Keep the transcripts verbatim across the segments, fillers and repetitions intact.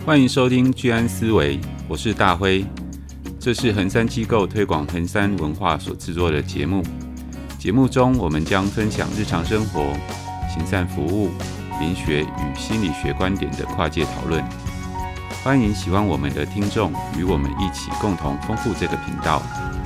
欢迎收听居安思维，我是大辉，这是衡山机构推广衡山文化所制作的节目。节目中，我们将分享日常生活、行善服务、灵学与心理学观点的跨界讨论。欢迎喜欢我们的听众与我们一起共同丰富这个频道。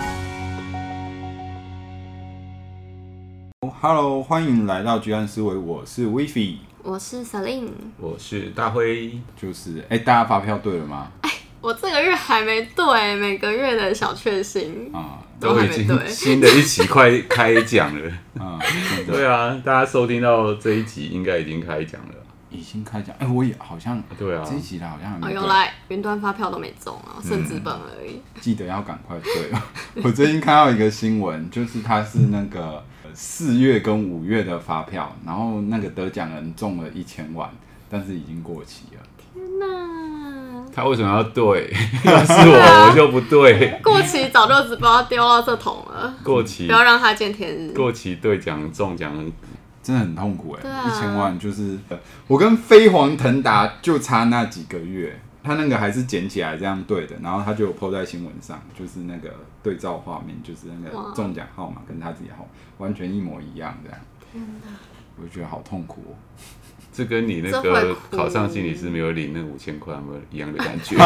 Hello， 欢迎来到居安思维，我是 Wifi， 我是 Celine， 我是大辉。 就是哎，大家发票对了吗？ 哎，我这个月还没对，每个月的小确幸啊，都还没对。 新的一期快开奖了啊， 对啊，大家收听到这一集应该已经开奖了。 已经开奖，哎、欸，我也好像对啊， 这一集的好像还没对。哦，有啦，云端发票都没中啊，剩资本而已。 记得要赶快对哦。我最近看到一个新闻，就是它是那个四月跟五月的发票，然后那个得奖人中了一千万，但是已经过期了。 天哪！ 他为什么要对？要是我，我就不对。 过期早就只把它丢到这桶了。 过期， 不要让它见天日。 过期兑奖中奖。 真的很痛苦哎、欸， 啊、 一千万就是我跟飞黄腾达就差那几个月，他那个还是捡起来这样对的，然后他就有 po 在新闻上，就是那个对照画面，就是那个中奖号码跟他自己号完全一模一样这样。 天哪！ 我就觉得好痛苦哦。 这跟你那个考上心理师没有领那五千块有没有一样的感觉？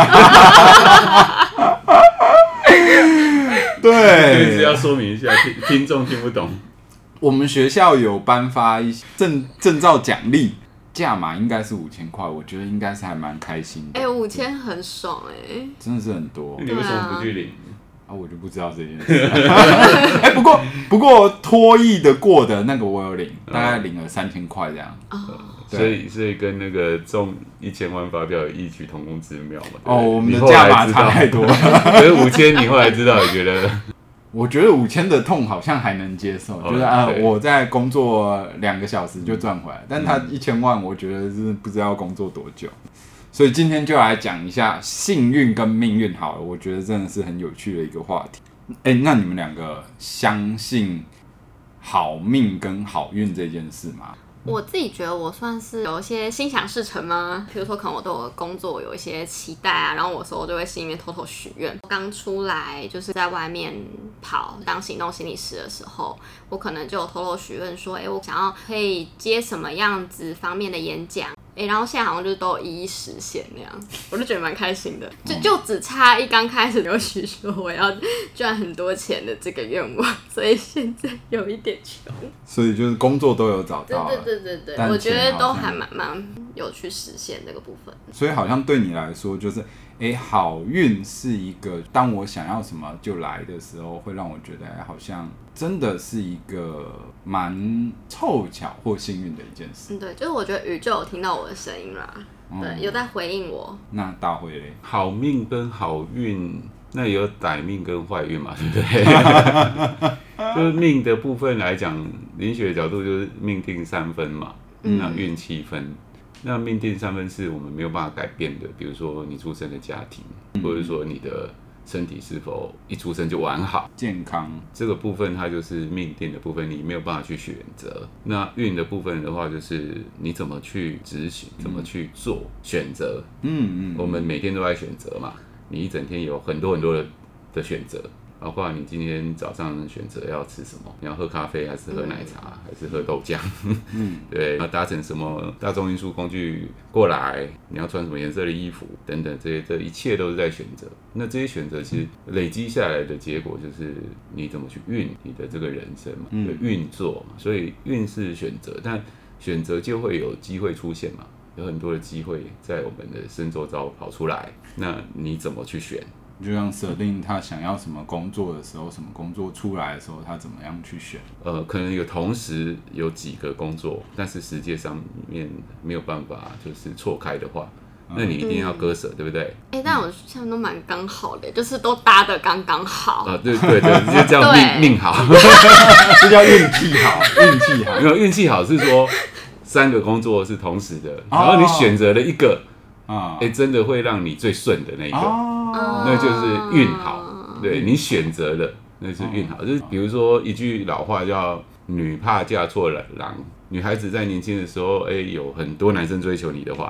对， 就是要说明一下，听听众听不懂。 我们学校有颁发一些证证照奖励，价码应该是五千块，我觉得应该是还蛮开心的。 哎、欸，五千很爽哎、欸， 真的是很多。 你为什么不去领？ 啊，我就不知道这件事。哎、欸，不过不过脱役的过的那个我有领，大概领了三千块这样。 哦、 所以所以跟那个中一千万发票有异曲同工之妙嘛。 哦，我们的价码差太多了。 可是五千你后来知道，你觉得？ 我觉得五千的痛好像还能接受， oh, 就是啊，我在工作两个小时就赚回来，嗯、但他一千万，我觉得是不知道工作多久。所以今天就来讲一下幸运跟命运好了，我觉得真的是很有趣的一个话题。哎、欸，那你们两个相信好命跟好运这件事吗？ 我自己觉得我算是有一些心想事成吗？比如说可能我对我的工作有一些期待啊，然后我有时候就会心里面偷偷许愿。刚出来就是在外面跑当行动心理师的时候，我可能就有偷偷许愿说，哎、欸，我想要可以接什么样子方面的演讲。欸、然后现在好像就是都有一一实现那样，我就觉得蛮开心的，就就只差一刚开始就许说我要赚很多钱的这个愿望，所以现在有一点穷， 所以就是工作都有找到了， 对对对对对，我觉得都还蛮蛮有去实现这个部分。 所以好像对你来说，就是哎、欸，好运是一个当我想要什么就来的时候，会让我觉得哎、欸，好像真的是一个蛮凑巧或幸运的一件事。 嗯，对，就是我觉得宇宙有听到我的声音啦，嗯、对，有在回应我。 那大辉嘞， 好命跟好运，那也有歹命跟坏运嘛，对不对？就是命的部分来讲，灵学的角度就是命定三分嘛，嗯、那运七分。那命定三分是我们没有办法改变的，比如说你出生的家庭，嗯、或者说你的身体是否一出生就完好， 健康这个部分它就是命定的部分，你没有办法去选择。那运的部分的话，就是你怎么去执行，怎么去做选择。嗯嗯，我们每天都在选择嘛，你一整天有很多很多的的选择。包括你今天早上选择要吃什么，你要喝咖啡还是喝奶茶，嗯、还是喝豆浆？嗯，对，要搭乘什么大众运输工具过来，你要穿什么颜色的衣服等等，这些这一切都是在选择。那这些选择其实累积下来的结果，就是你怎么去运你的这个人生嘛，嗯、运作嘛。所以运是选择，但选择就会有机会出现嘛，有很多的机会在我们的身周遭跑出来，那你怎么去选？ 就像设定他想要什么工作的时候，什么工作出来的时候，他怎么样去选？ 呃，可能有同时有几个工作，但是时间上面没有办法就是错开的话，嗯、那你一定要割舍，嗯、对不对？ 哎、欸，但我现在都蛮刚好的，就是都搭得刚刚好。 啊、呃，对对对，就叫命命好， 这叫运气好，运气好。 没有运气好是说三个工作是同时的，然后你选择了一个。啊，哎、欸，真的会让你最顺的那一个，哦、那就是运好。对，你选择了，那是运好。哦、就是比如说一句老话叫“女怕嫁错郎”，女孩子在年轻的时候，哎、欸，有很多男生追求你的话，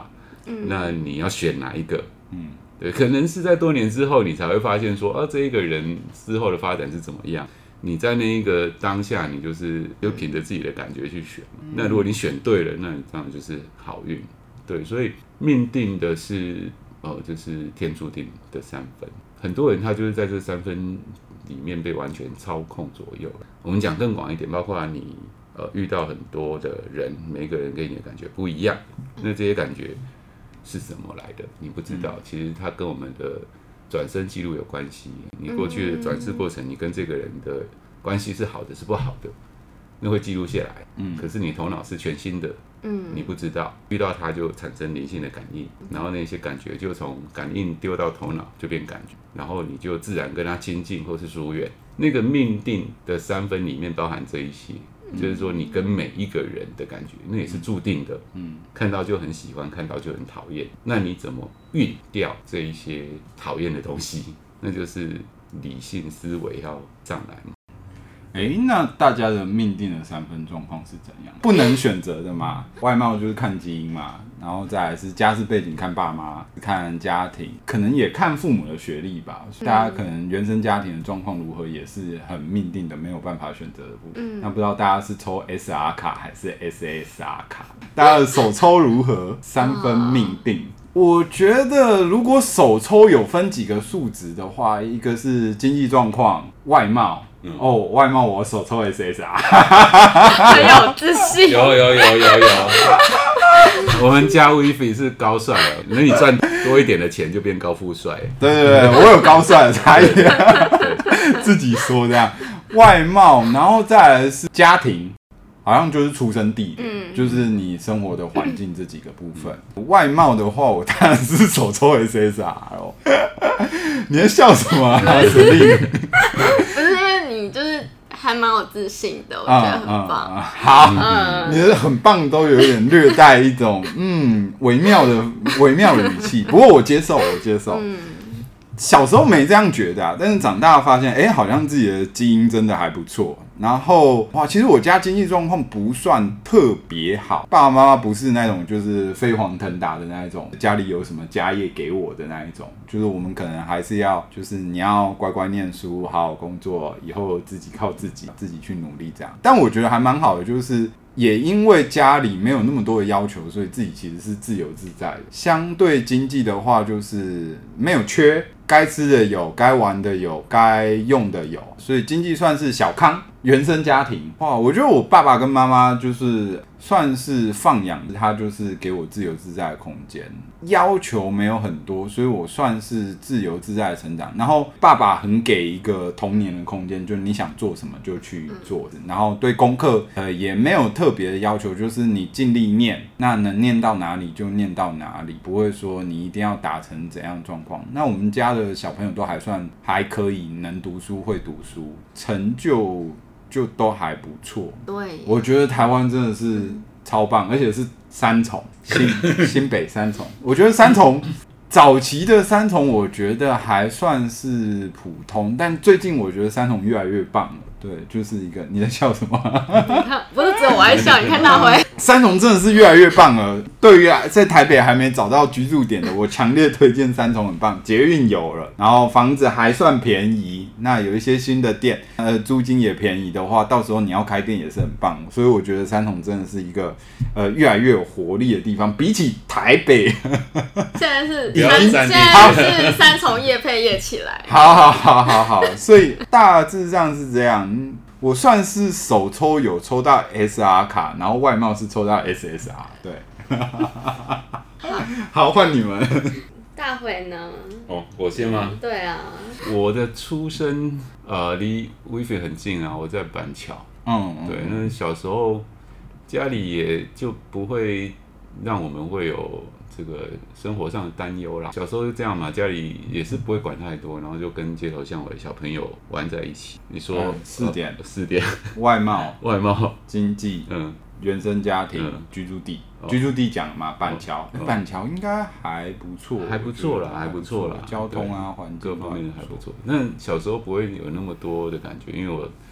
嗯，那你要选哪一个？嗯，对，可能是在多年之后，你才会发现说，啊，这一个人之后的发展是怎么样。你在那一个当下，你就是就凭着自己的感觉去选嘛。嗯、那如果你选对了，那你当然就是好运。对，所以命定的是，呃，就是天注定的三分。很多人他就是在这三分里面被完全操控左右了。我们讲更广一点，包括你呃遇到很多的人，每一个人给你的感觉不一样，那这些感觉是怎么来的？你不知道，其实它跟我们的转生记录有关系。你过去的转世过程，你跟这个人的关系是好的是不好的，那会记录下来。嗯，可是你头脑是全新的，嗯，你不知道，遇到它就产生灵性的感应，然后那些感觉就从感应丢到头脑就变感觉，然后你就自然跟它亲近或是疏远。那个命定的三分里面包含这一些。就是说，你跟每一个人的感觉，那也是注定的。嗯，看到就很喜欢，看到就很讨厌。那你怎么运掉这一些讨厌的东西？那就是理性思维要上来嘛。 哎、欸，那大家的命定的三分状况是怎样？不能选择的嘛，外貌就是看基因嘛，然后再来是家世背景，看爸妈，看家庭，可能也看父母的学历吧。嗯、大家可能原生家庭的状况如何，也是很命定的，没有办法选择的部分。嗯、那不知道大家是抽 S R 卡还是 S S R 卡？大家的手抽如何？三分命定。我觉得如果手抽有分几个数值的话，一个是经济状况、外貌。嗯、哦，外貌我手抽 S S R， 很有自信。 有有有有有，我们家 Vivi 是高帅了，那你赚多一点的钱就变高富帅。 对对对，我有高帅的差异，自己说这样。外貌，然后再来是家庭。好像就是出生地点，嗯、就是你生活的环境这几个部分。嗯、外貌的话，我当然是手抽 S S R 哦。你在笑什么啊？史力？ 不是因为你就是还蛮有自信的，我觉得很棒。 嗯嗯、好，嗯、你的很棒都有点略带一种嗯微妙的微妙的语气，不过我接受，我接受。嗯、小时候没这样觉得啊，但是长大发现，哎、欸，好像自己的基因真的还不错。然后哇，其实我家经济状况不算特别好，爸爸妈妈不是那种就是飞黄腾达的那一种，家里有什么家业给我的那一种，就是我们可能还是要，就是你要乖乖念书，好好工作，以后自己靠自己，自己去努力这样。但我觉得还蛮好的，就是也因为家里没有那么多的要求，所以自己其实是自由自在的。相对经济的话，就是没有缺，该吃的有，该玩的有，该用的有，所以经济算是小康。原生家庭哇，我觉得我爸爸跟妈妈就是算是放养，他就是给我自由自在的空间，要求没有很多，所以我算是自由自在的成长。然后爸爸很给一个童年的空间，就是你想做什么就去做的。然后对功课呃也没有特别的要求，就是你尽力念，那能念到哪里就念到哪里，不会说你一定要达成怎样状况。那我们家的小朋友都还算还可以，能读书会读书，成就就都还不错。 对， 我觉得台湾真的是超棒，而且是三重新新北三重。我觉得三重早期的三重，我觉得还算是普通，但最近我觉得三重越来越棒了。对，就是一个你在笑什么？ 你看，不是只有我在笑，你看大辉。 三重真的是越来越棒了。对于在台北还没找到居住点的，我强烈推荐三重，很棒。捷运有了，然后房子还算便宜，那有一些新的店，呃，租金也便宜的话，到时候你要开店也是很棒。所以我觉得三重真的是一个呃越来越有活力的地方，比起台北。 现在是三，现在是三重业配业起来。 好好好好好，所以大致上是这样。我算是手抽有抽到 S R 卡，然后外貌是抽到 S S R， 对。好，换你们。 大辉呢？ 哦，我先吗？ 对啊。我的出生呃离 Vivi 很近啊，我在板桥。嗯，对，那小时候家里也就不会让我们会有这个生活上的担忧啦。小时候就这样嘛，家里也是不会管太多，然后就跟街头巷尾的小朋友玩在一起。你说四点、呃， 四点， 外貌、 外貌、 经济，嗯，原生家庭、嗯、居住地，哦、居住地讲嘛，板桥，哦、板桥应该还不错， 还不错啦，还不错啦， 交通啊，环境各方面还不错。那小时候不会有那么多的感觉，因为我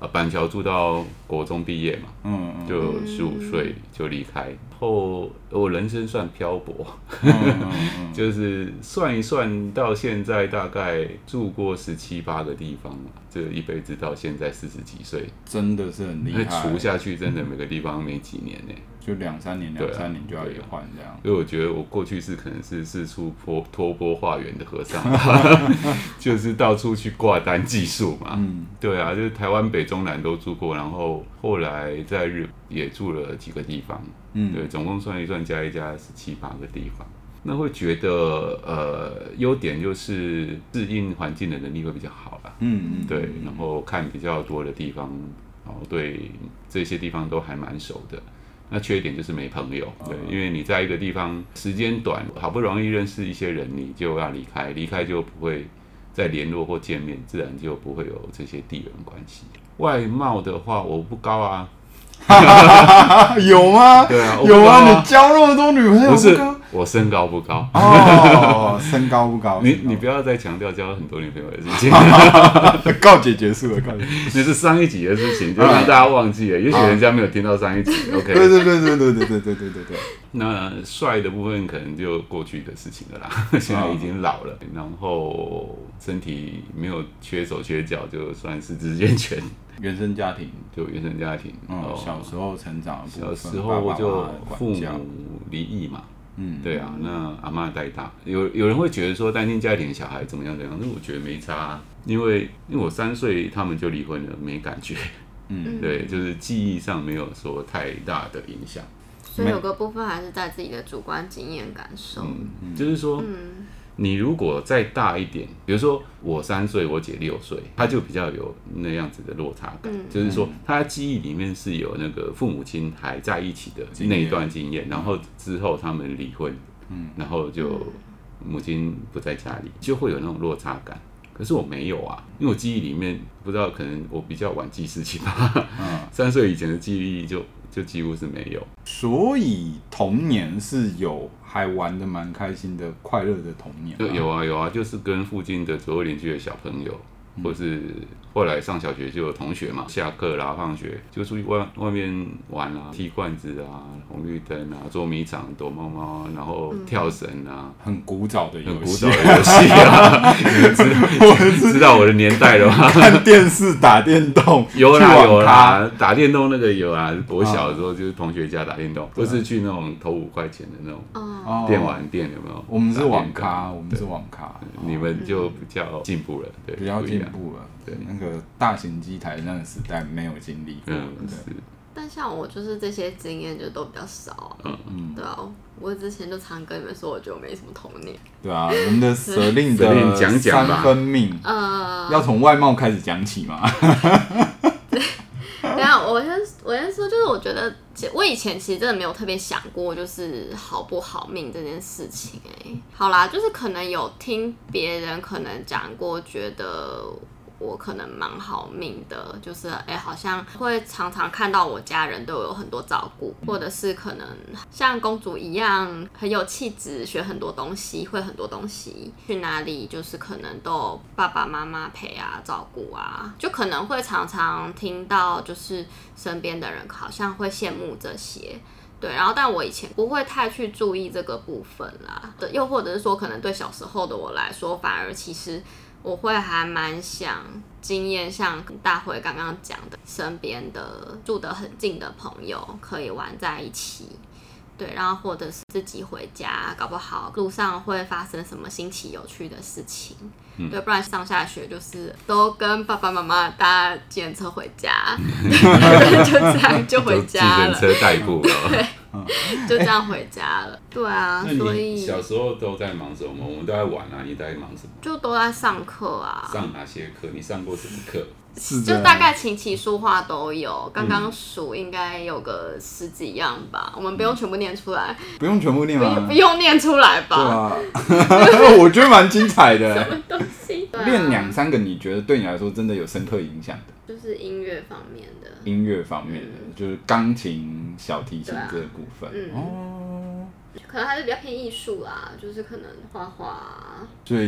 啊，板桥住到国中毕业嘛，嗯，就十五岁就离开。后我人生算漂泊，嗯嗯、就是算一算到现在大概住过十七八个地方嘛，这一辈子到现在四十几岁， 真的是很厉害。 除下去真的每个地方没几年呢、欸。 就两三年，两三年就要一换这样。 所以我觉得我过去是可能是四处托托钵化缘的和尚，就是到处去挂单计数嘛。嗯，对啊，就是台湾北中南都住过，然后后来在日也住了几个地方。嗯，对，总共算一算加一加十七八个地方。那会觉得呃优点就是适应环境的能力会比较好啦。嗯嗯，对，然后看比较多的地方，然后对这些地方都还蛮熟的。那缺点就是没朋友，对，因为你在一个地方时间短，好不容易认识一些人，你就要离开，离开就不会再联络或见面，自然就不会有这些地缘关系。外貌的话，我不高啊。 有吗？ 对啊， 有啊！你交那么多女朋友， 不是我身高不高哦，身高不高。 你你不要再强调交很多女朋友的事情， 告解结束了，告解。 那是上一集的事情，就让大家忘记了。也许人家没有听到上一集。OK。 对对对对对对对对对对对。 那帅的部分可能就过去的事情了啦，现在已经老了，然后身体没有缺手缺脚，就算是肢健全。 原生家庭就原生家庭， 嗯，小时候成长的部分， 小时候就父母离异嘛，嗯，对啊，那阿嬷带大，有有人会觉得说单亲家庭的小孩怎么样怎么样，但我觉得没差、啊，因为因为我三岁他们就离婚了，没感觉，嗯，对，就是记忆上没有说太大的影响， 所以有个部分还是在自己的主观经验感受， 嗯，就是说，嗯。你如果再大一点，比如说我三岁，我姐六岁，他就比较有那样子的落差感，嗯、就是说他记忆里面是有那个父母亲还在一起的那一段经验，然后之后他们离婚，嗯、然后就母亲不在家里，就会有那种落差感。可是我没有啊，因为我记忆里面不知道，可能我比较晚记事情吧，嗯、三岁以前的记忆就就几乎是没有。 所以童年是有还玩得蛮开心的、快乐的童年。 有啊有啊，就是跟附近的左右邻居的小朋友，嗯、或是后来上小学就有同学嘛，下课啦、放学就出去外外面玩啊，踢罐子啊、红绿灯啊、捉迷藏、躲猫猫，然后跳绳啊， 嗯、很古早的游戏， 很古早的游戏啊。你们知道知道我的年代了吗？ 看电视打电动， 有啦有啦，打电动那个有啊。我小的时候就是同学家打电动，不是去那种投五块钱的那种电玩店，有没有？ 我们是网咖，我们是网咖， 你们就比较进步了，对， 比较进步了。对，那个大型机台那个时代没有经历过，嗯，是。 但像我就是这些经验就都比较少、啊，嗯嗯，对啊，我之前就常跟你们说，我觉得我没什么童年。 对啊，我们的舍令的三分命，呃，要从外貌开始讲起嘛。 对，等一下我先我先说，就是我觉得我以前其实真的没有特别想过，就是好不好命这件事情、欸。哎，好啦，就是可能有听别人可能讲过，觉得。我可能蛮好命的，就是哎、欸，好像会常常看到我家人都有很多照顾，或者是可能像公主一样很有气质，学很多东西，会很多东西，去哪里就是可能都有爸爸妈妈陪啊，照顾啊，就可能会常常听到就是身边的人好像会羡慕这些。对，然后但我以前不会太去注意这个部分啦，又或者是说，可能对小时候的我来说，反而其实。我会还蛮想经验，像大辉刚刚讲的，身边的住得很近的朋友可以玩在一起，对，然后或者是自己回家，搞不好路上会发生什么新奇有趣的事情，嗯、对，不然上下学就是都跟爸爸妈妈搭计程车回家，就这样就回家了， 计程车代步了， 对。就这样回家了，对啊，所以小时候都在忙什么？我们都在玩啊，你在忙什么？ 就都在上课啊。 上哪些课？你上过什么课？ 就大概琴棋书画都有，刚刚数应该有个十几样吧。我们不用全部念出来， 不用全部念吗？ 不用念出来吧？ 对啊，我觉得蛮精彩的。 什么东西？ 练两三个，你觉得对你来说真的有深刻影响的？ 就是音乐方面的。 音乐方面的，嗯、就是钢琴、小提琴这个部分。啊嗯、 哦，可能还是比较偏艺术啦，就是可能画画、啊。 所以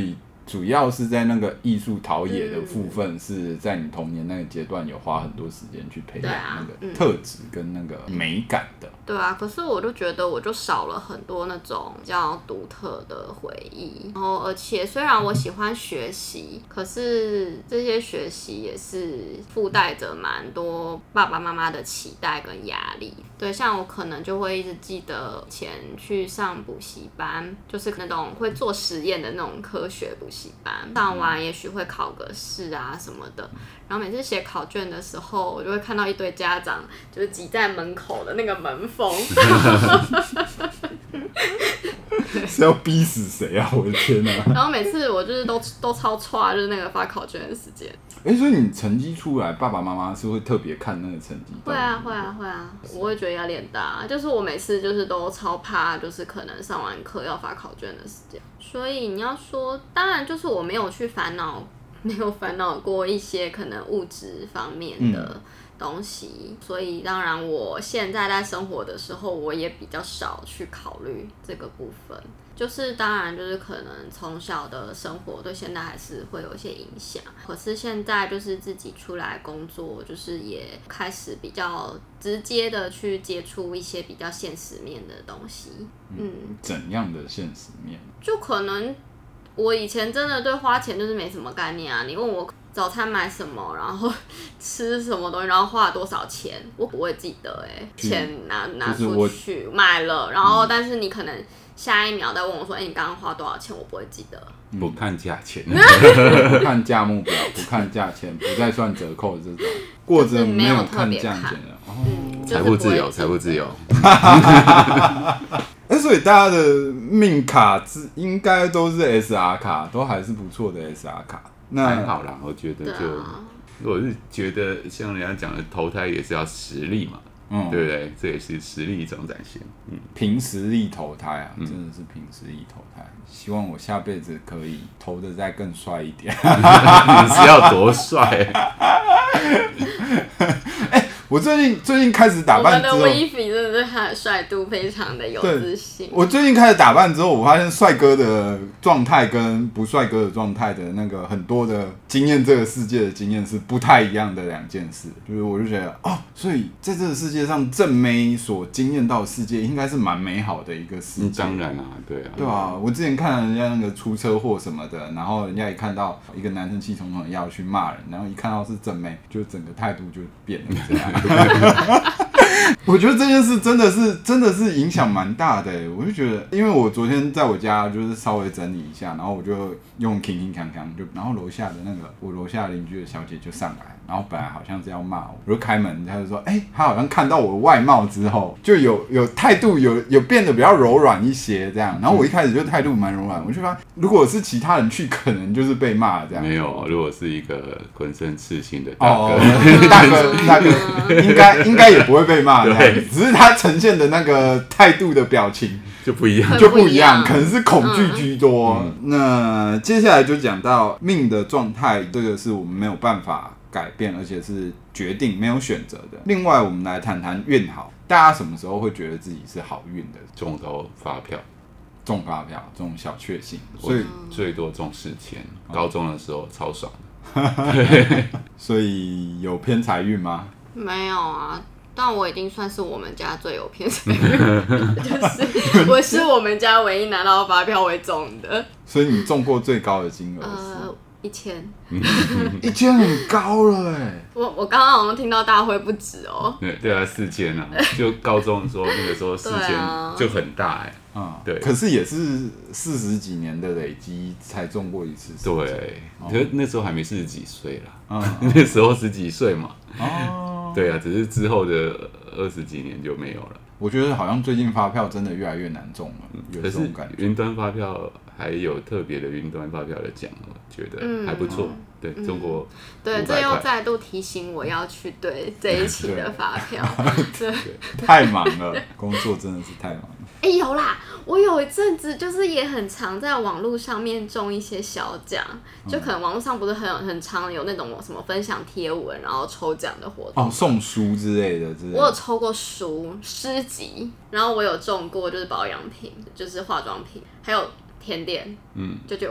主要是在那个艺术陶冶的部分，是在你童年那个阶段有花很多时间去培养那个特质跟那个美感的。 对啊，可是我就觉得我就少了很多那种比较独特的回忆，然后而且虽然我喜欢学习，可是这些学习也是附带着蛮多爸爸妈妈的期待跟压力。对，像我可能就会一直记得以前去上补习班，就是那种会做实验的那种科学补习班，上完也许会考个试啊什么的，然后每次写考卷的时候，我就会看到一堆家长就是挤在门口的那个门缝。 是要逼死谁啊！我的天啊！ 然后每次我就是都都超差，就是那个发考卷的时间。 哎、欸，所以你成绩出来，爸爸妈妈是会特别看那个成绩？ 会啊，会啊，会啊！我会觉得压力很大，就是我每次就是都超怕，就是可能上完课要发考卷的时间。所以你要说，当然就是我没有去烦恼，没有烦恼过一些可能物质方面的。嗯东西，所以当然我现在在生活的时候，我也比较少去考虑这个部分。就是当然就是可能从小的生活对现在还是会有一些影响，可是现在就是自己出来工作，就是也开始比较直接的去接触一些比较现实面的东西。嗯， 怎样的现实面？ 就可能我以前真的对花钱就是没什么概念啊，你问我早餐买什么，然后吃什么东西，然后花了多少钱，我不会记得哎、欸，钱拿拿出去买了，然后但是你可能下一秒再问我说，哎、欸，你刚刚花多少钱，我不会记得。 不看价钱， 不看价目表，不看价钱，不再算折扣这种，过着没有看价钱的，哦， 财富自由，财富自由。 哎，所以大家的命卡应该都是 S R 卡，都还是不错的 S R 卡。那还好啦，我觉得就，我是觉得像人家讲的，投胎也是要实力嘛。嗯，对不对？这也是实力一种展现。嗯， 凭实力投胎啊，真的是凭实力投胎。希望我下辈子可以投的再更帅一点。 你是要多帅？ 哎，我最近最近开始打扮之后， 我们的威菲真的是他的帅度非常的有自信。 我最近开始打扮之后，我发现帅哥的状态跟不帅哥的状态的那个很多的经验，这个世界的经验是不太一样的两件事。就是我就觉得哦，所以在这个世界上，正妹所经验到的世界应该是蛮美好的一个世界。 嗯、当然啊，对啊， 对啊。我之前看人家那个出车祸什么的，然后人家一看到一个男生气冲冲的要去骂人，然后一看到是正妹，就整个态度就变了这样。我觉得这件事真的是真的是影响蛮大的，我就觉得，因为我昨天在我家就是稍微整理一下，然后我就用铿铿锵锵就，然后楼下的那个我楼下邻居的小姐就上来，然后本来好像是要骂我，我就开门，她就说，哎、欸，她好像看到我的外貌之后，就有有态度有有变得比较柔软一些这样，然后我一开始就态度蛮柔软，我就说，如果是其他人去，可能就是被骂这样。 没有，如果是一个浑身刺青的大哥， 哦、大哥大哥，应该应该也不会被骂。对，只是他呈现的那个态度的表情就不一样， 就不一样，可能是恐惧居多。嗯、那接下来就讲到命的状态，这个是我们没有办法改变，而且是决定没有选择的。另外，我们来谈谈运好，大家什么时候会觉得自己是好运的？ 中到发票， 中发票这种小确幸， 所以最多中四千。高中的时候超爽的，所以有偏财运吗？ 没有啊。但我已经算是我们家最有偏财运，就是我是我们家唯一拿到发票为中的。 所以你中过最高的金额是？ 呃，一千。 一千很高了哎、欸！ 我我刚刚好像听到大辉不止哦。 对对啊，四千啊！就高中的时候，那个时候四千就很大哎、欸。 啊、嗯，对。可是也是四十几年的累积才中过一次。 对，可是那时候还没四十几岁啦。嗯，那时候十几岁嘛。哦。对啊，只是之后的二十几年就没有了。 我觉得好像最近发票真的越来越难中了，有这种感觉。 云端发票还有特别的云端发票的奖，我觉得还不错。嗯、对，嗯、中国对，这又再度提醒我要去对这一期的发票。对， 对太忙了，工作真的是太忙了。 哎、欸，有啦，我有一阵子就是也很常在网络上面中一些小奖，就可能网络上不是很有很常有那种什么分享贴文，然后抽奖的活动， 哦，送书之类的之类的。 我有抽过书、诗集，然后我有中过就是保养品，就是化妆品，还有甜点，嗯，就觉得哇，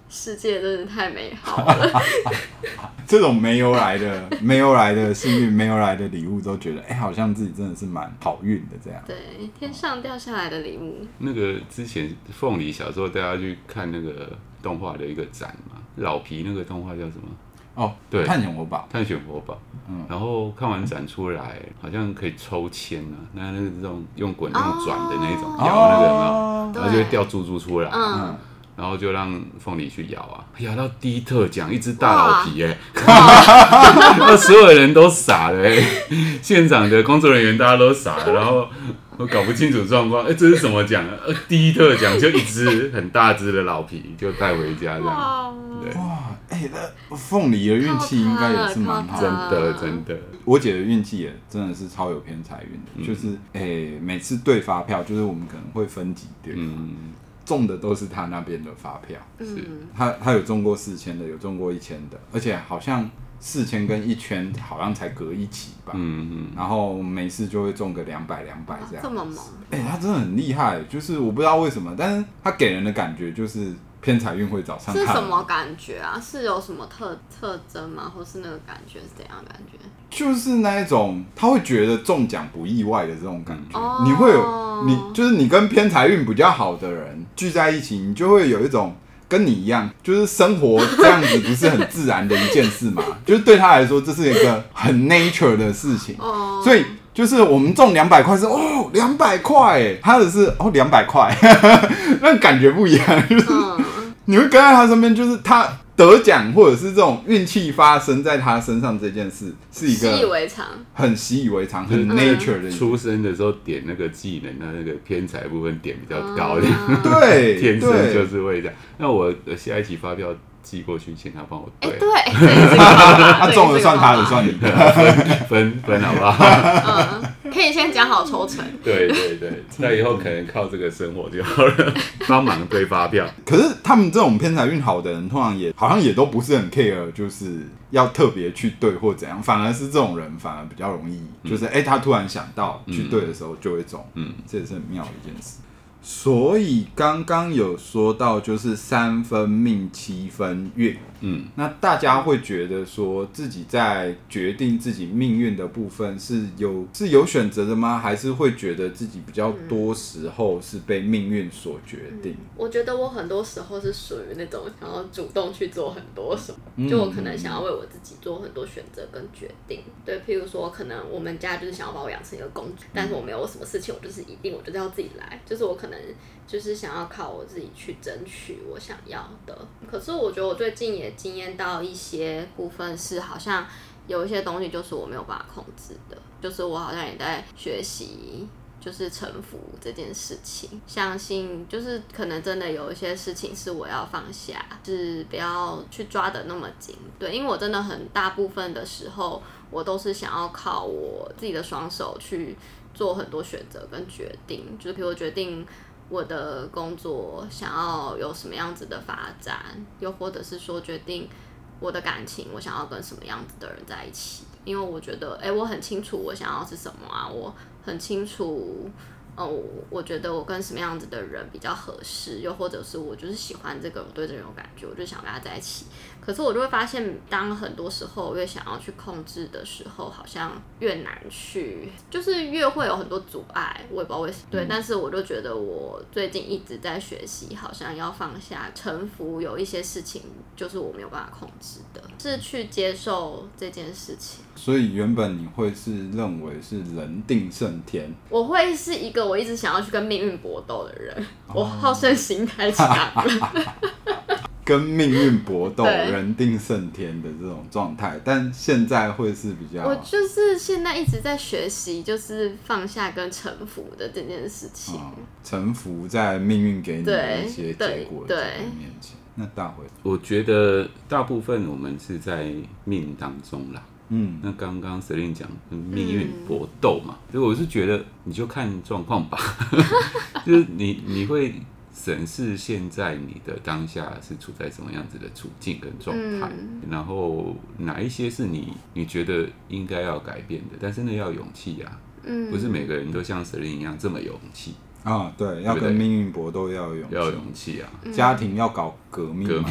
世界真是太美好了。 这种没有来的、没有来的幸运、没有来的礼物，都觉得哎、欸，好像自己真的是蛮好运的这样。 对，天上掉下来的礼物。 那个之前凤梨小时候带他去看那个动画的一个展嘛，老皮那个动画叫什么？ 哦， 对， 探险活宝， 探险活宝。嗯，然后看完展出来，好像可以抽签啊，那那个这种用滚用转的那种摇、哦、那个有没有？然后就会掉珠珠出来。嗯。然后就让凤梨去摇啊，摇到第一特奖一只大老皮哎、欸，那所有人都傻了哎、欸，现场的工作人员大家都傻了，然后我搞不清楚状况，哎、欸，这是什么奖啊？第一特奖就一只很大只的老皮就带回家这样，对， 哇，哎、欸，那凤梨的运气应该也是蛮好的，真的真的。 我姐的运气也真的是超有偏财运的，嗯、就是哎、欸，每次对发票，就是我们可能会分级对。嗯。中的都是他那边的发票，是他他有中过四千的，有中过一千的，而且好像四千跟一千好像才隔一期吧，嗯嗯，然后每次就会中个两百两百这样， 这么猛， 哎、欸，他真的很厉害，就是我不知道为什么，但是他给人的感觉就是偏财运会找上他。 是什么感觉啊？是有什么特特征吗？或是那个感觉是怎样的感觉？ 就是那一种，他会觉得中奖不意外的这种感觉。哦、你会有你就是你跟偏财运比较好的人聚在一起，你就会有一种跟你一样，就是生活这样子不是很自然的一件事嘛？就是对他来说，这是一个很 nature 的事情。哦、所以就是我们中两百块是哦两百块，他的是哦两百块，那感觉不一样。就是、嗯、你会跟在他身边，就是他。得奖或者是这种运气发生在他身上这件事，是一个习以为常， 很习以为常、很 nature 的。 出生的时候点那个技能，那那个偏财部分点比较高的， 嗯、对， 天生就是会这样。那我下一期发票寄过去，请他帮我对。 欸、对， 他中了算他的，算你的， 分分好不好？ 嗯，可以先讲好抽成。 对对对，那以后可能靠这个生活就好了，帮忙对发票。 可是他们这种偏财运好的人，通常也好像也都不是很 care， 就是要特别去对或怎样，反而是这种人反而比较容易，嗯、就是哎、欸，他突然想到去对的时候就会中，嗯，这也是很妙的一件事。所以刚刚有说到，就是三分命七分运，嗯，那大家会觉得说自己在决定自己命运的部分是有是有选择的吗？还是会觉得自己比较多时候是被命运所决定？ 嗯、我觉得我很多时候是属于那种想要主动去做很多什么，就我可能想要为我自己做很多选择跟决定。对，譬如说，可能我们家就是想要把我养成一个公主，但是我没有什么事情，我就是一定我就是要自己来，就是我可能。就是想要靠我自己去争取我想要的，可是我觉得我最近也经验到一些部分是好像有一些东西就是我没有办法控制的，就是我好像也在学习就是臣服这件事情，相信就是可能真的有一些事情是我要放下，是不要去抓得那么紧，对，因为我真的很大部分的时候我都是想要靠我自己的双手去做很多选择跟决定，就是比如决定我的工作想要有什么样子的发展，又或者是说决定我的感情我想要跟什么样子的人在一起，因为我觉得哎、欸，我很清楚我想要是什么啊，我很清楚哦，我觉得我跟什么样子的人比较合适，又或者是我就是喜欢这个人，我对这个人有感觉，我就想跟他在一起。可是我就会发现，当很多时候越想要去控制的时候，好像越难去，就是越会有很多阻碍。我也不知道为什么，对，嗯、但是我就觉得我最近一直在学习，好像要放下、臣服，有一些事情就是我没有办法控制的，是去接受这件事情。 所以原本你会是认为是人定胜天， 我会是一个我一直想要去跟命运搏斗的人，哦、我好胜心太强了。 跟命运搏斗、人定胜天的这种状态，但现在会是比较…… 我就是现在一直在学习，就是放下跟臣服的这件事情。哦、 臣服在命运给你的一些结果的面前。那大辉， 我觉得大部分我们是在命当中啦。嗯，那刚刚 Celine 讲命运搏斗嘛，所以、嗯、我是觉得你就看状况吧，就是你你会。审视现在你的当下是处在什么样子的处境跟状态，嗯、然后哪一些是你你觉得应该要改变的，但是那要勇气啊，嗯、不是每个人都像 Celine 一样这么有勇气啊，对，要跟命运搏斗要有勇气， 要有勇气啊， 家庭要搞革命嘛，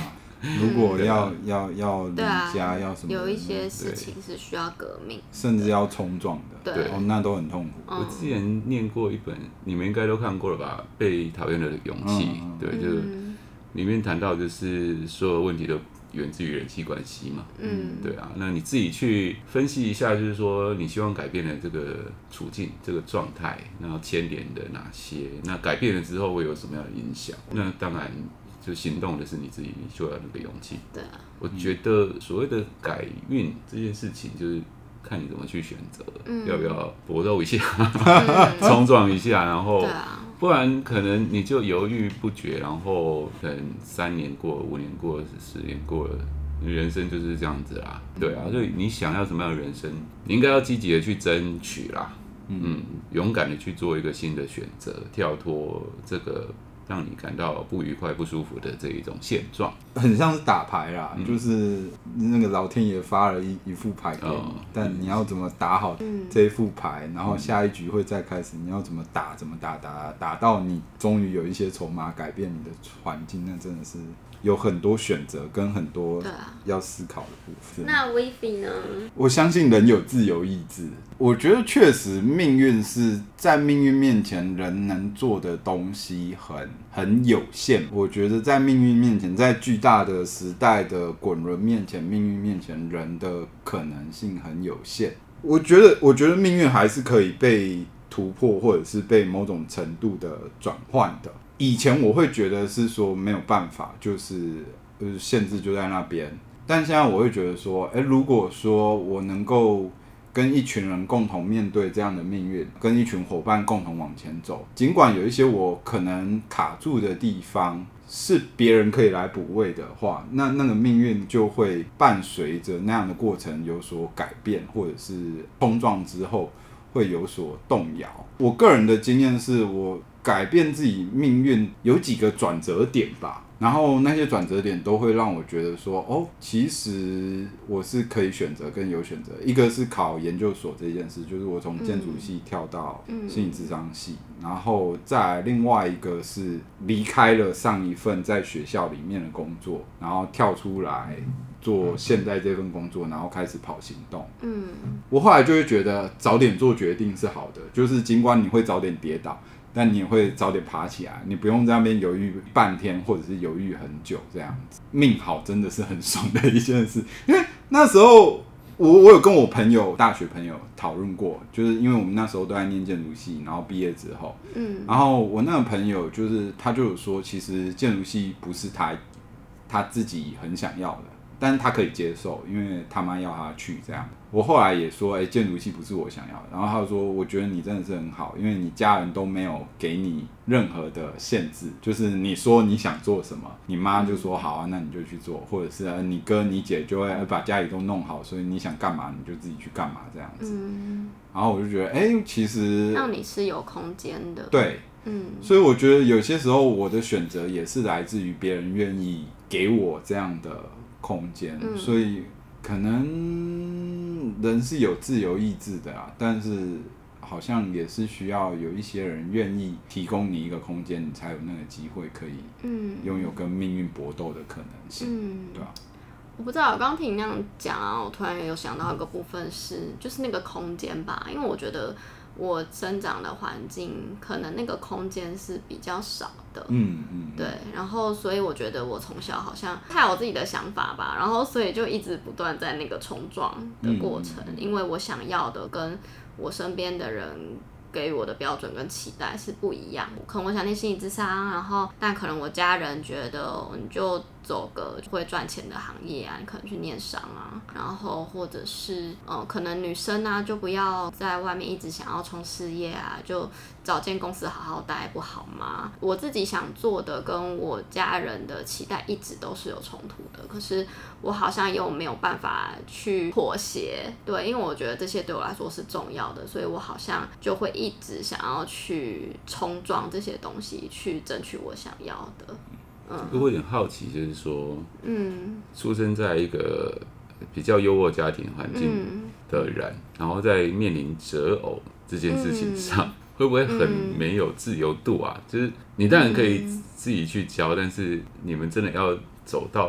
如果要、嗯、要要离家、 啊、 要什么， 有一些事情是需要革命， 甚至要冲撞的， 对， 哦，那都很痛苦。 我之前念过一本，你们应该都看过了吧？被讨厌的勇气，嗯、对，就里面谈到就是所有问题都源自于人际关系嘛，嗯，对啊，那你自己去分析一下，就是说你希望改变的这个处境、这个状态，然后牵连的哪些，那改变了之后会有什么样的影响？那当然。就行动的是你自己，你就要那个勇气。 对啊， 我觉得所谓的改运这件事情，就是看你怎么去选择，嗯、要不要搏斗一下，冲撞一下，然后， 啊、 不然可能你就犹豫不决，然后可能三年过、五年过、十年过了，人生就是这样子啦。对啊，所以你想要什么样的人生，你应该要积极的去争取啦，嗯，勇敢的去做一个新的选择，跳脱这个。让你感到不愉快、不舒服的这一种现状， 很像是打牌啦，嗯、就是那个老天爷发了一一副牌给你，哦、但你要怎么打好这一副牌，然后下一局会再开始，你要怎么打，怎么打，打打到你终于有一些筹码改变你的环境，那真的是有很多选择跟很多要思考的部分。 那 Vivi 呢？ 我相信人有自由意志，我觉得确实命运是在命运面前人能做的东西很很有限。我觉得在命运面前，在巨大的时代的滚轮面前，命运面前人的可能性很有限。我觉得，我觉得命运还是可以被突破，或者是被某种程度的转换的。以前我会觉得是说没有办法，就是就是限制就在那边。但现在我会觉得说，欸，如果说我能够跟一群人共同面对这样的命运，跟一群伙伴共同往前走，尽管有一些我可能卡住的地方是别人可以来补位的话，那那个命运就会伴随着那样的过程有所改变，或者是冲撞之后会有所动摇。我个人的经验是我改变自己命运有几个转折点吧，然后那些转折点都会让我觉得说，哦，其实我是可以选择跟有选择。一个是考研究所这件事，就是我从建筑系跳到心理咨商系，嗯、然后再来另外一个是离开了上一份在学校里面的工作，然后跳出来做现在这份工作，然后开始跑行动。嗯，我后来就会觉得早点做决定是好的，就是尽管你会早点跌倒。但你也会早点爬起来，你不用在那边犹豫半天，或者是犹豫很久这样子。命好真的是很爽的一件事，因为那时候我我有跟我朋友大学朋友讨论过，就是因为我们那时候都在念建筑系，然后毕业之后，嗯，然后我那个朋友就是他就有说，其实建筑系不是他他自己很想要的，但是他可以接受，因为他妈要他去这样。我后来也说，哎、欸，建筑系不是我想要的。然后他就说，我觉得你真的是很好，因为你家人都没有给你任何的限制，就是你说你想做什么，你妈就说好啊，那你就去做，或者是你哥你姐就会把家里都弄好，所以你想干嘛你就自己去干嘛这样子。嗯、然后我就觉得，哎、欸，其实让你是有空间的。 对，嗯，所以我觉得有些时候我的选择也是来自于别人愿意给我这样的空间，嗯、所以。可能人是有自由意志的啦，但是好像也是需要有一些人愿意提供你一个空间，你才有那个机会可以拥有跟命运搏斗的可能性，嗯、对吧？ 我不知道，我刚刚听你那样讲啊，我突然有想到一个部分是，就是那个空间吧，因为我觉得我生长的环境可能那个空间是比较少的，嗯嗯，对，然后所以我觉得我从小好像太有自己的想法吧，然后所以就一直不断在那个冲撞的过程，嗯、因为我想要的跟我身边的人给予我的标准跟期待是不一样，可能我想念心理咨商，然后但可能我家人觉得你就走个会赚钱的行业啊，你可能去念商啊，然后或者是呃，可能女生啊就不要在外面一直想要冲事业啊，就找间公司好好待不好吗？我自己想做的跟我家人的期待一直都是有冲突的，可是我好像又没有办法去妥协，对，因为我觉得这些对我来说是重要的，所以我好像就会一直想要去冲撞这些东西，去争取我想要的。 嗯，我有点好奇，就是说，嗯，出生在一个比较优渥家庭环境的人，嗯、然后在面临择偶这件事情上，嗯、会不会很没有自由度啊？嗯、就是你当然可以自己去教，嗯、但是你们真的要走到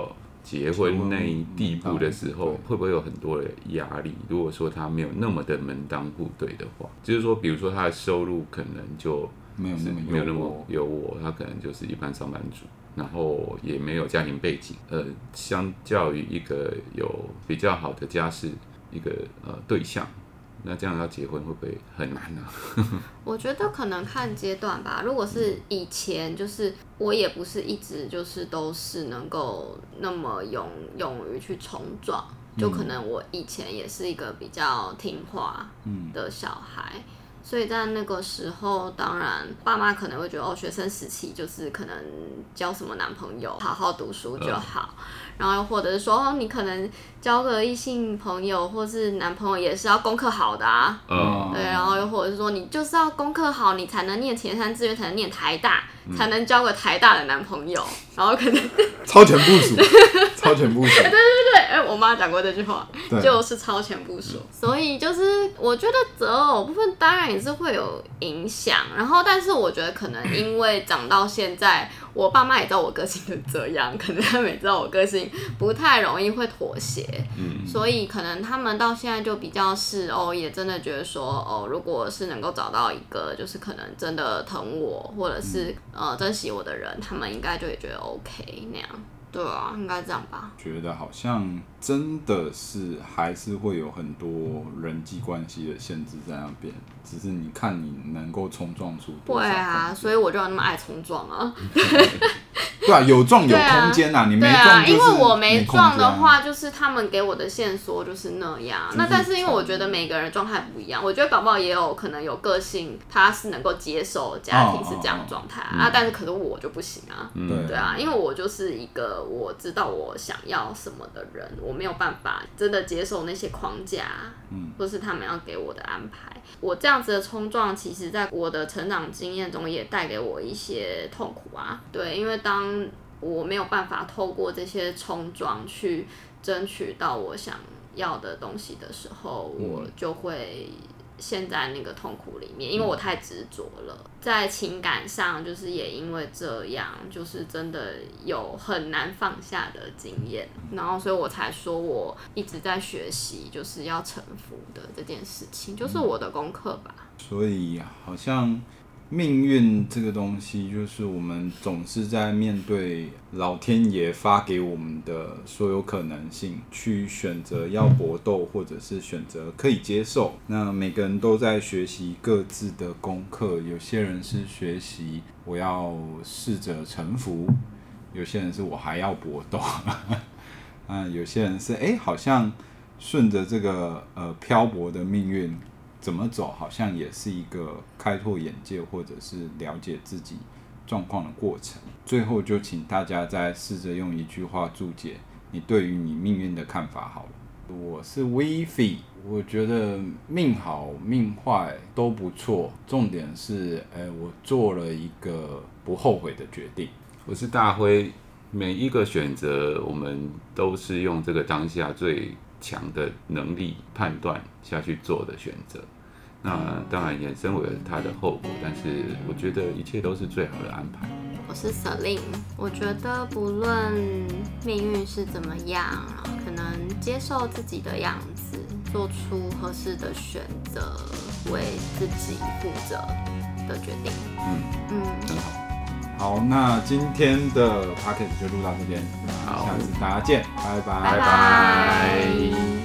结婚那一地步的时候，会不会有很多的压力？如果说他没有那么的门当户对的话，就是说，比如说他的收入可能就没有那么没有那么有我，他可能就是一般上班族，然后也没有家庭背景，呃，相较于一个有比较好的家世一个呃对象。那这样要结婚会不会很难呢、啊？ 我觉得可能看阶段吧。如果是以前，就是我也不是一直就是都是能够那么勇勇于去冲撞，就可能我以前也是一个比较听话的小孩。嗯，所以在那个时候，当然爸妈可能会觉得哦，学生时期就是可能交什么男朋友，好好读书就好，嗯、然后又或者是说哦，你可能交个异性朋友或是男朋友也是要功课好的啊，嗯、对，然后又或者是说你就是要功课好，你才能念前三志愿，才能念台大，嗯、才能交个台大的男朋友，然后可能超前部署，超前部署， 对对对对，哎，我妈讲过这句话，就是超前部署，所以就是我觉得择偶部分当然也是会有影响，然后但是我觉得可能因为长到现在，我爸妈也知道我个性是这样，可能他们也知道我个性不太容易会妥协，嗯，所以可能他们到现在就比较是哦，也真的觉得说哦，如果是能够找到一个就是可能真的疼我或者是、嗯、呃珍惜我的人，他们应该就也觉得 OK 那样。对啊，应该这样吧。 觉得好像真的是还是会有很多人际关系的限制在那边，只是你看你能够冲撞出多少。 对啊，所以我就那么爱冲撞啊。 对啊，有撞有空间啊，你没撞就是没空间啊。 对啊，因为我没撞的话，就是他们给我的线索就是那样。就是、那但是因为我觉得每个人状态不一样，我觉得搞不好也有可能有个性，他是能够接受家庭是这样的状态、哦哦哦、啊，但是可是我就不行啊。嗯、对啊，因为我就是一个我知道我想要什么的人，我没有办法真的接受那些框架，嗯，或是他们要给我的安排。我这样子的冲撞，其实在我的成长经验中也带给我一些痛苦啊。对，因为当我没有办法透过这些冲撞去争取到我想要的东西的时候，嗯、我就会陷在那个痛苦里面，因为我太执着了。在情感上，就是也因为这样，就是真的有很难放下的经验，然后所以我才说我一直在学习，就是要臣服的这件事情，就是我的功课吧。 所以好像命运这个东西，就是我们总是在面对老天爷发给我们的所有可能性，去选择要搏斗，或者是选择可以接受。那每个人都在学习各自的功课，有些人是学习我要试着臣服，有些人是我还要搏斗，啊，有些人是哎、欸，好像顺着这个呃漂泊的命运。怎么走好像也是一个开拓眼界或者是了解自己状况的过程。最后就请大家再试着用一句话注解你对于你命运的看法好了。我是 Vivi， 我觉得命好命坏都不错，重点是、欸、我做了一个不后悔的决定。 我是大辉，每一个选择我们都是用这个当下最强的能力判断下去做的选择，那当然衍生为了它的后果，但是我觉得一切都是最好的安排。 我是 Celine， 我觉得不论命运是怎么样，可能接受自己的样子，做出合适的选择，为自己负责的决定。 嗯嗯，很好。 好，那今天的 podcast 就录到这边，好，下次大家见，拜拜， 拜拜。